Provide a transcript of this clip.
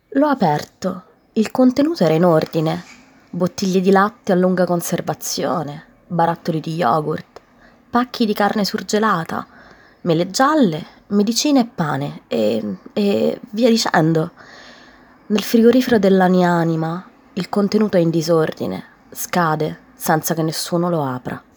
L'ho aperto. Il contenuto era in ordine. Bottiglie di latte a lunga conservazione, barattoli di yogurt, pacchi di carne surgelata, mele gialle, medicine e pane e via dicendo. Nel frigorifero della mia anima il contenuto è in disordine, scade senza che nessuno lo apra.